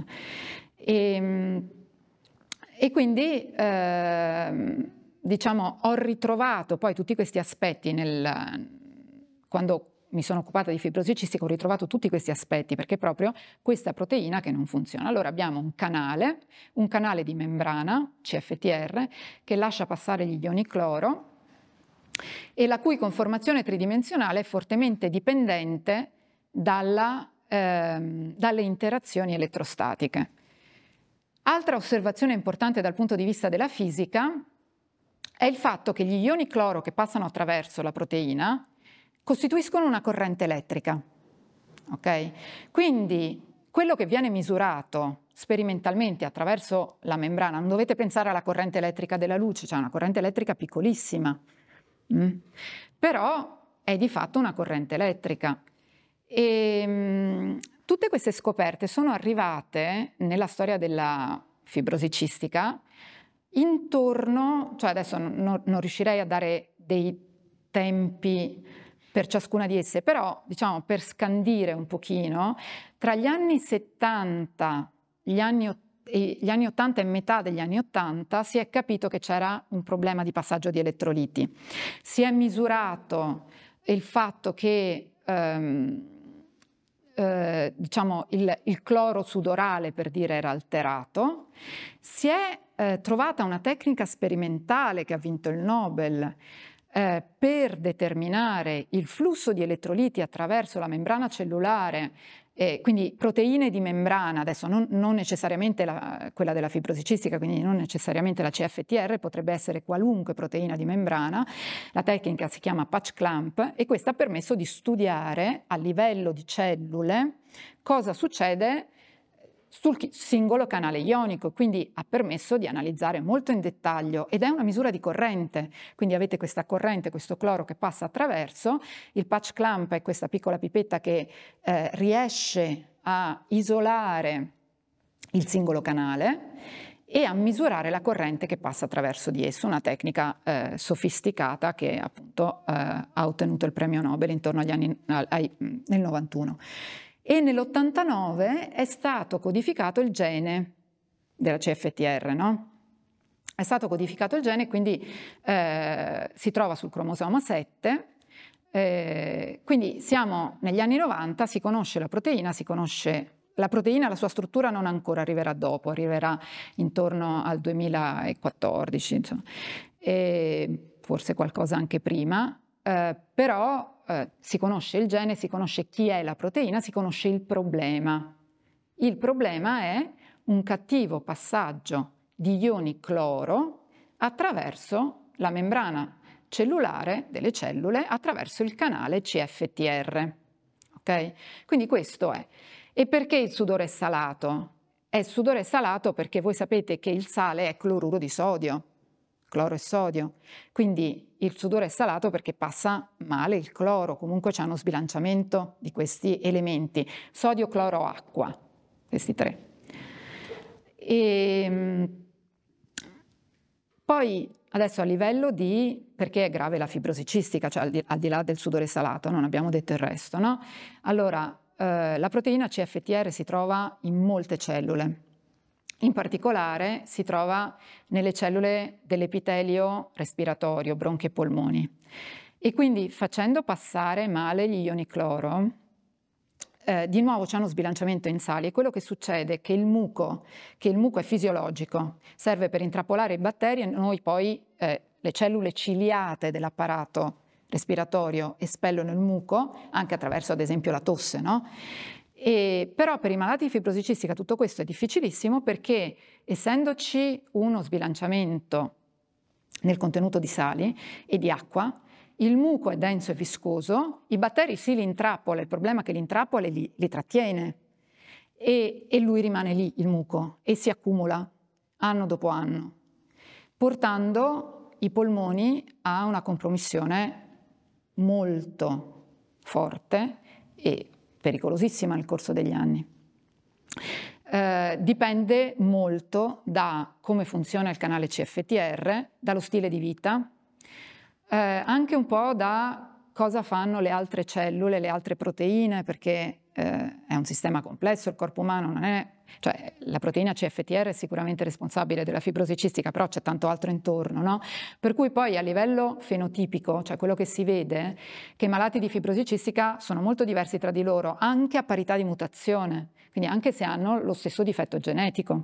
Speaker 2: E, e quindi eh, diciamo ho ritrovato poi tutti questi aspetti nel, quando mi sono occupata di fibrosi cistica, ho ritrovato tutti questi aspetti perché proprio questa proteina che non funziona. Allora abbiamo un canale, un canale di membrana, C F T R, che lascia passare gli ioni cloro e la cui conformazione tridimensionale è fortemente dipendente dalla, ehm, dalle interazioni elettrostatiche. Altra osservazione importante dal punto di vista della fisica è il fatto che gli ioni cloro che passano attraverso la proteina costituiscono una corrente elettrica. Okay? Quindi quello che viene misurato sperimentalmente attraverso la membrana, non dovete pensare alla corrente elettrica della luce, cioè una corrente elettrica piccolissima, mm? Però è di fatto una corrente elettrica. E, mh, tutte queste scoperte sono arrivate nella storia della fibrosi cistica intorno, cioè adesso non, non riuscirei a dare dei tempi per ciascuna di esse, però diciamo per scandire un pochino, tra gli anni settanta, gli anni, gli anni ottanta e metà degli anni ottanta si è capito che c'era un problema di passaggio di elettroliti. Si è misurato il fatto che ehm, eh, diciamo il, il cloro sudorale, per dire, era alterato. Si è eh, trovata una tecnica sperimentale che ha vinto il Nobel Eh, per determinare il flusso di elettroliti attraverso la membrana cellulare, eh, quindi proteine di membrana, adesso non, non necessariamente la, quella della fibrosi cistica, quindi non necessariamente la C F T R, potrebbe essere qualunque proteina di membrana. La tecnica si chiama patch clamp e questa ha permesso di studiare a livello di cellule cosa succede sul singolo canale ionico, quindi ha permesso di analizzare molto in dettaglio ed è una misura di corrente, quindi avete questa corrente, questo cloro che passa attraverso, il patch clamp è questa piccola pipetta che eh, riesce a isolare il singolo canale e a misurare la corrente che passa attraverso di esso, una tecnica eh, sofisticata che appunto eh, ha ottenuto il premio Nobel intorno agli anni, ai, nel novantuno. E nell'ottantanove è stato codificato il gene della C F T R, no? È stato codificato il gene, quindi eh, si trova sul cromosoma sette, eh, quindi siamo negli anni novanta, si conosce la proteina, si conosce la proteina, la sua struttura non ancora arriverà dopo, arriverà intorno al duemilaquattordici, insomma, e forse qualcosa anche prima, eh, però eh, si conosce il gene, si conosce chi è la proteina, si conosce il problema. Il problema è un cattivo passaggio di ioni cloro attraverso la membrana cellulare delle cellule, attraverso il canale C F T R. Okay? Quindi questo è. E perché il sudore è salato? È il sudore salato perché voi sapete che il sale è cloruro di sodio, cloro e sodio, quindi il sudore è salato perché passa male il cloro, comunque c'è uno sbilanciamento di questi elementi, sodio, cloro, acqua, questi tre. E poi adesso a livello di, perché è grave la fibrosi cistica, cioè al di, al di là del sudore salato, non abbiamo detto il resto, no? Allora, eh, la proteina C F T R si trova in molte cellule, In particolare si trova nelle cellule dell'epitelio respiratorio, bronchi e polmoni. E quindi facendo passare male gli ioni cloro, eh, di nuovo c'è uno sbilanciamento in sali e quello che succede è che il muco, che il muco è fisiologico, serve per intrappolare i batteri e noi poi eh, le cellule ciliate dell'apparato respiratorio espellono il muco, anche attraverso ad esempio la tosse, no? E, però per i malati di fibrosi cistica tutto questo è difficilissimo perché essendoci uno sbilanciamento nel contenuto di sali e di acqua, il muco è denso e viscoso, i batteri si li intrappola, il problema è che li intrappola e li, li trattiene e, e lui rimane lì, il muco, e si accumula anno dopo anno, portando i polmoni a una compromissione molto forte e pericolosissima nel corso degli anni. Eh, dipende molto da come funziona il canale C F T R, dallo stile di vita, eh, anche un po' da cosa fanno le altre cellule, le altre proteine, perché eh, è un sistema complesso, il corpo umano non è... Cioè, la proteina C F T R è sicuramente responsabile della fibrosi cistica, però c'è tanto altro intorno, no? Per cui poi a livello fenotipico, cioè quello che si vede, che i malati di fibrosi cistica sono molto diversi tra di loro, anche a parità di mutazione, quindi anche se hanno lo stesso difetto genetico.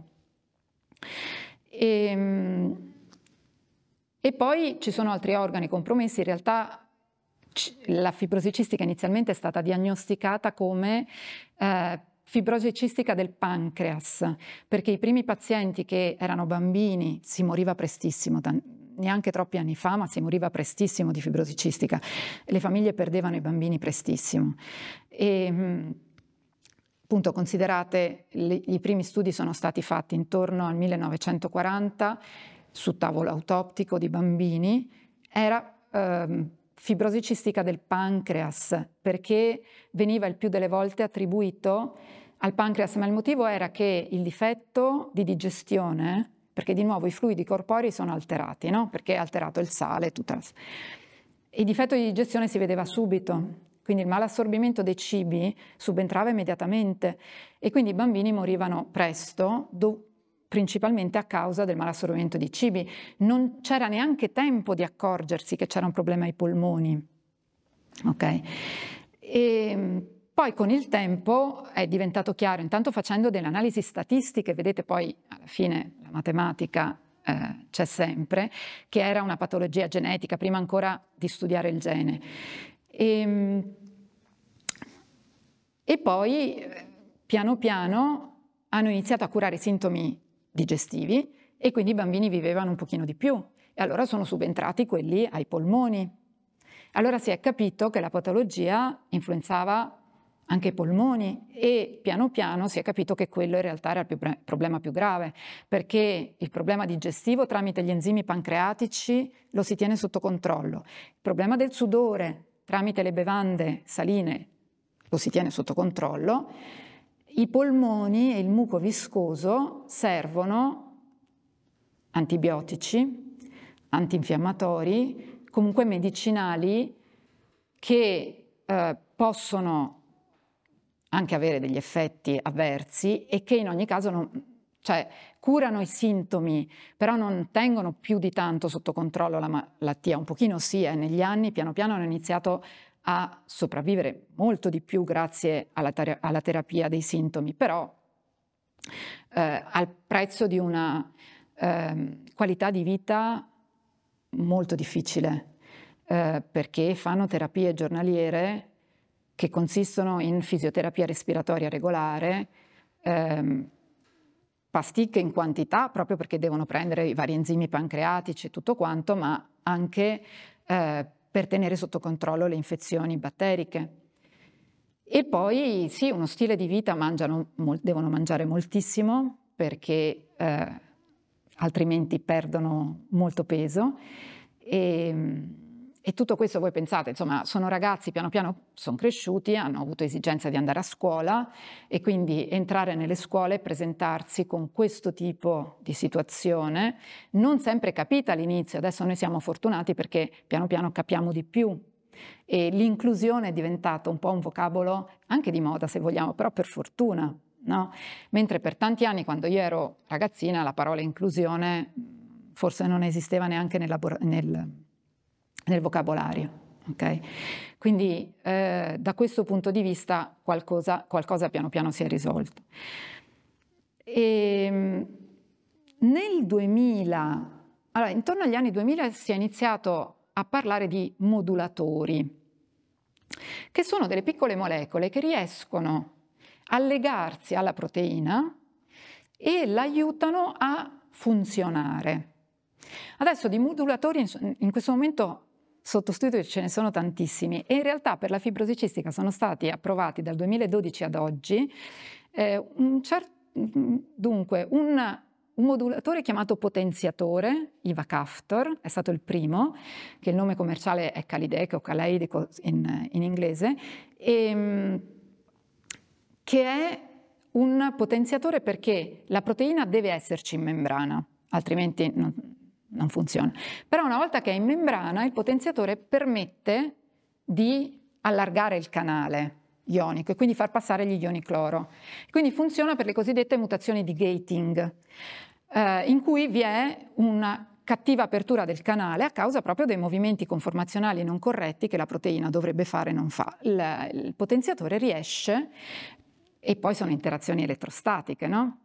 Speaker 2: E, e poi ci sono altri organi compromessi, in realtà la fibrosi cistica inizialmente è stata diagnosticata come eh, fibrosi cistica del pancreas, perché i primi pazienti che erano bambini, si moriva prestissimo, neanche troppi anni fa, ma si moriva prestissimo di fibrosi cistica. Le famiglie perdevano i bambini prestissimo. E, appunto, considerate, le, i primi studi sono stati fatti intorno al millenovecentoquaranta su tavolo autoptico di bambini. Era... Ehm, fibrosi cistica del pancreas, perché veniva il più delle volte attribuito al pancreas, ma il motivo era che il difetto di digestione, perché di nuovo i fluidi corporei sono alterati, no? Perché è alterato il sale, tutta la... il difetto di digestione si vedeva subito, quindi il malassorbimento dei cibi subentrava immediatamente e quindi i bambini morivano presto, do... principalmente a causa del malassorbimento di cibi. Non c'era neanche tempo di accorgersi che c'era un problema ai polmoni. Ok? E poi con il tempo è diventato chiaro, intanto facendo delle analisi statistiche, vedete poi alla fine la matematica eh, c'è sempre, che era una patologia genetica, prima ancora di studiare il gene. E, e poi piano piano hanno iniziato a curare i sintomi digestivi e quindi i bambini vivevano un pochino di più e allora sono subentrati quelli ai polmoni. Allora si è capito che la patologia influenzava anche i polmoni e piano piano si è capito che quello in realtà era il più problema più grave, perché il problema digestivo tramite gli enzimi pancreatici lo si tiene sotto controllo, il problema del sudore tramite le bevande saline lo si tiene sotto controllo. I polmoni e il muco viscoso servono antibiotici, antinfiammatori, comunque medicinali che eh, possono anche avere degli effetti avversi e che in ogni caso non, cioè, curano i sintomi, però non tengono più di tanto sotto controllo la malattia. Un pochino sì, eh, negli anni piano piano hanno iniziato a sopravvivere molto di più grazie alla, ter- alla terapia dei sintomi, però eh, al prezzo di una eh, qualità di vita molto difficile, eh, perché fanno terapie giornaliere che consistono in fisioterapia respiratoria regolare, ehm, pasticche in quantità, proprio perché devono prendere i vari enzimi pancreatici e tutto quanto, ma anche eh, per tenere sotto controllo le infezioni batteriche. E poi sì, uno stile di vita, mangiano, devono mangiare moltissimo perché eh, altrimenti perdono molto peso. E, e tutto questo voi pensate, insomma, sono ragazzi, piano piano sono cresciuti, hanno avuto esigenza di andare a scuola e quindi entrare nelle scuole e presentarsi con questo tipo di situazione non sempre capita all'inizio. Adesso noi siamo fortunati perché piano piano capiamo di più e l'inclusione è diventato un po' un vocabolo anche di moda, se vogliamo, però per fortuna, no? Mentre per tanti anni, quando io ero ragazzina, la parola inclusione forse non esisteva neanche nel, nel, nel vocabolario. Okay? Quindi eh, da questo punto di vista qualcosa, qualcosa piano piano si è risolto. E, nel duemila, allora, intorno agli anni duemila si è iniziato a parlare di modulatori, che sono delle piccole molecole che riescono a legarsi alla proteina e l'aiutano a funzionare. Adesso di modulatori in, in questo momento sotto studio ce ne sono tantissimi e in realtà per la fibrosi cistica sono stati approvati dal duemiladodici ad oggi eh, un certo, dunque un, un modulatore chiamato potenziatore, Ivacaftor, è stato il primo, che il nome commerciale è Kalydeco o Kaleideco in, in inglese, e, che è un potenziatore perché la proteina deve esserci in membrana, altrimenti non, non funziona. Però una volta che è in membrana, il potenziatore permette di allargare il canale ionico e quindi far passare gli ioni cloro. Quindi funziona per le cosiddette mutazioni di gating, eh, in cui vi è una cattiva apertura del canale a causa proprio dei movimenti conformazionali non corretti che la proteina dovrebbe fare e non fa. Il, il potenziatore riesce, e poi sono interazioni elettrostatiche, no?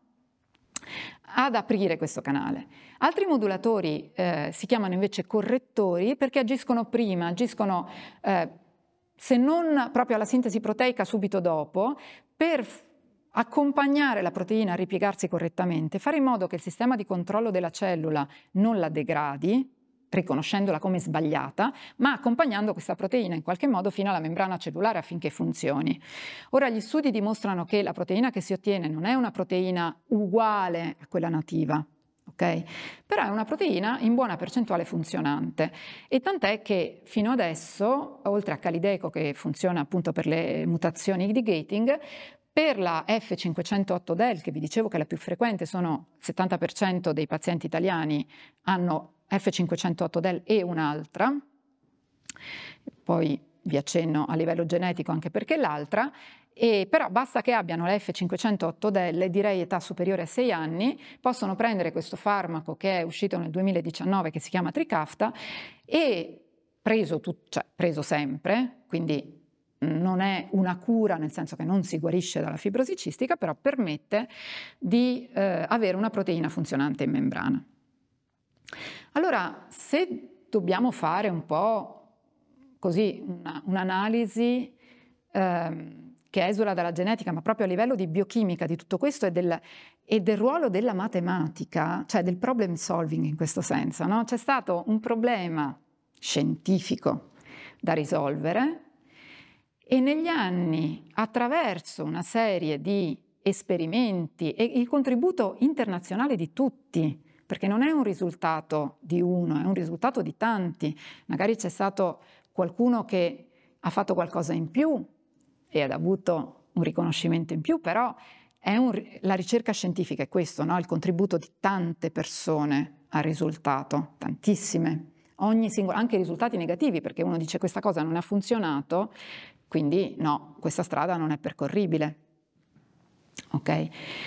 Speaker 2: Ad aprire questo canale. Altri modulatori eh, si chiamano invece correttori perché agiscono prima, agiscono eh, se non proprio alla sintesi proteica subito dopo, per accompagnare la proteina a ripiegarsi correttamente, fare in modo che il sistema di controllo della cellula non la degradi, riconoscendola come sbagliata, ma accompagnando questa proteina in qualche modo fino alla membrana cellulare affinché funzioni. Ora gli studi dimostrano che la proteina che si ottiene non è una proteina uguale a quella nativa, ok? Però è una proteina in buona percentuale funzionante, e tant'è che fino adesso, oltre a Kalydeco che funziona appunto per le mutazioni di gating, per la F cinquecentotto del, che vi dicevo che è la più frequente, sono il settanta per cento dei pazienti italiani hanno F cinquecentotto del e un'altra, poi vi accenno a livello genetico anche perché l'altra, e però basta che abbiano la F cinquecentotto del, direi età superiore a sei anni, possono prendere questo farmaco che è uscito nel duemiladiciannove che si chiama Trikafta e preso, tu, cioè, preso sempre, quindi non è una cura nel senso che non si guarisce dalla fibrosi cistica, però permette di eh, avere una proteina funzionante in membrana. Allora, se dobbiamo fare un po' così una, un'analisi ehm, che esula dalla genetica, ma proprio a livello di biochimica di tutto questo e del, e del ruolo della matematica, cioè del problem solving in questo senso, no? C'è stato un problema scientifico da risolvere e negli anni, attraverso una serie di esperimenti e il contributo internazionale di tutti, perché non è un risultato di uno, è un risultato di tanti. Magari c'è stato qualcuno che ha fatto qualcosa in più e ha avuto un riconoscimento in più, però è un, la ricerca scientifica è questo, no? Il contributo di tante persone al risultato, tantissime. Ogni singolo, anche i risultati negativi, perché uno dice questa cosa non ha funzionato, quindi no, questa strada non è percorribile. Ok?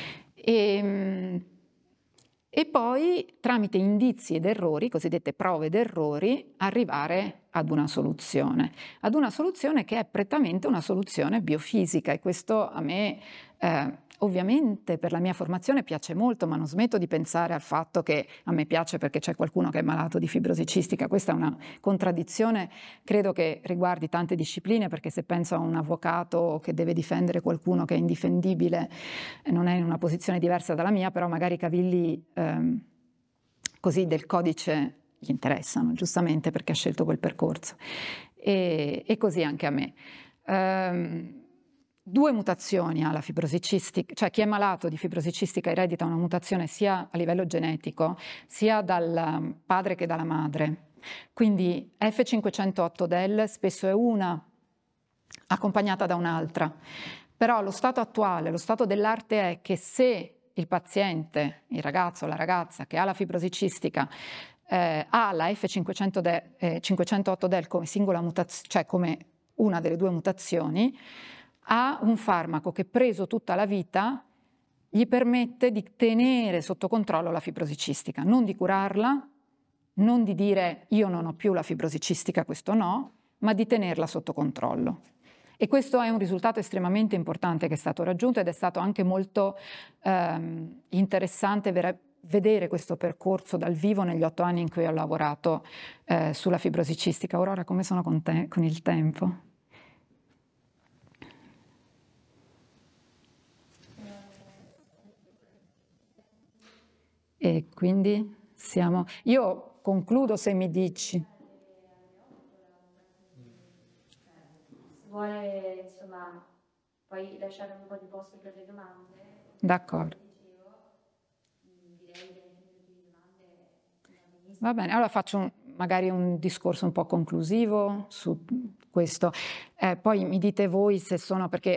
Speaker 2: E, e poi tramite indizi ed errori, cosiddette prove ed errori, arrivare ad una soluzione, ad una soluzione che è prettamente una soluzione biofisica, e questo a me eh, ovviamente per la mia formazione piace molto, ma non smetto di pensare al fatto che a me piace perché c'è qualcuno che è malato di fibrosi cistica. Questa è una contraddizione, credo che riguardi tante discipline, perché se penso a un avvocato che deve difendere qualcuno che è indifendibile, non è in una posizione diversa dalla mia, però magari i cavilli ehm, così del codice gli interessano, giustamente, perché ha scelto quel percorso. E, e così anche a me. Um, Due mutazioni ha la fibrosi cistica, cioè chi è malato di fibrosi cistica eredita una mutazione sia a livello genetico, sia dal padre che dalla madre. Quindi F cinquecentotto del spesso è una accompagnata da un'altra. Però lo stato attuale, lo stato dell'arte è che se il paziente, il ragazzo o la ragazza che ha la fibrosi cistica eh, ha la F cinquecentotto del come singola mutazione, cioè come una delle due mutazioni, ha un farmaco che preso tutta la vita gli permette di tenere sotto controllo la fibrosi cistica, non di curarla, non di dire io non ho più la fibrosi cistica, questo no, ma di tenerla sotto controllo. E questo è un risultato estremamente importante che è stato raggiunto ed è stato anche molto ehm, interessante vedere questo percorso dal vivo negli otto anni in cui ho lavorato eh, sulla fibrosi cistica. Aurora, come sono con, te, con il tempo? E quindi siamo... Io concludo se mi dici.
Speaker 1: Se vuole, insomma, poi lasciare un po' di posto per le domande.
Speaker 2: D'accordo. Va bene, allora faccio un, magari un discorso un po' conclusivo su questo. Eh, poi mi dite voi se sono, perché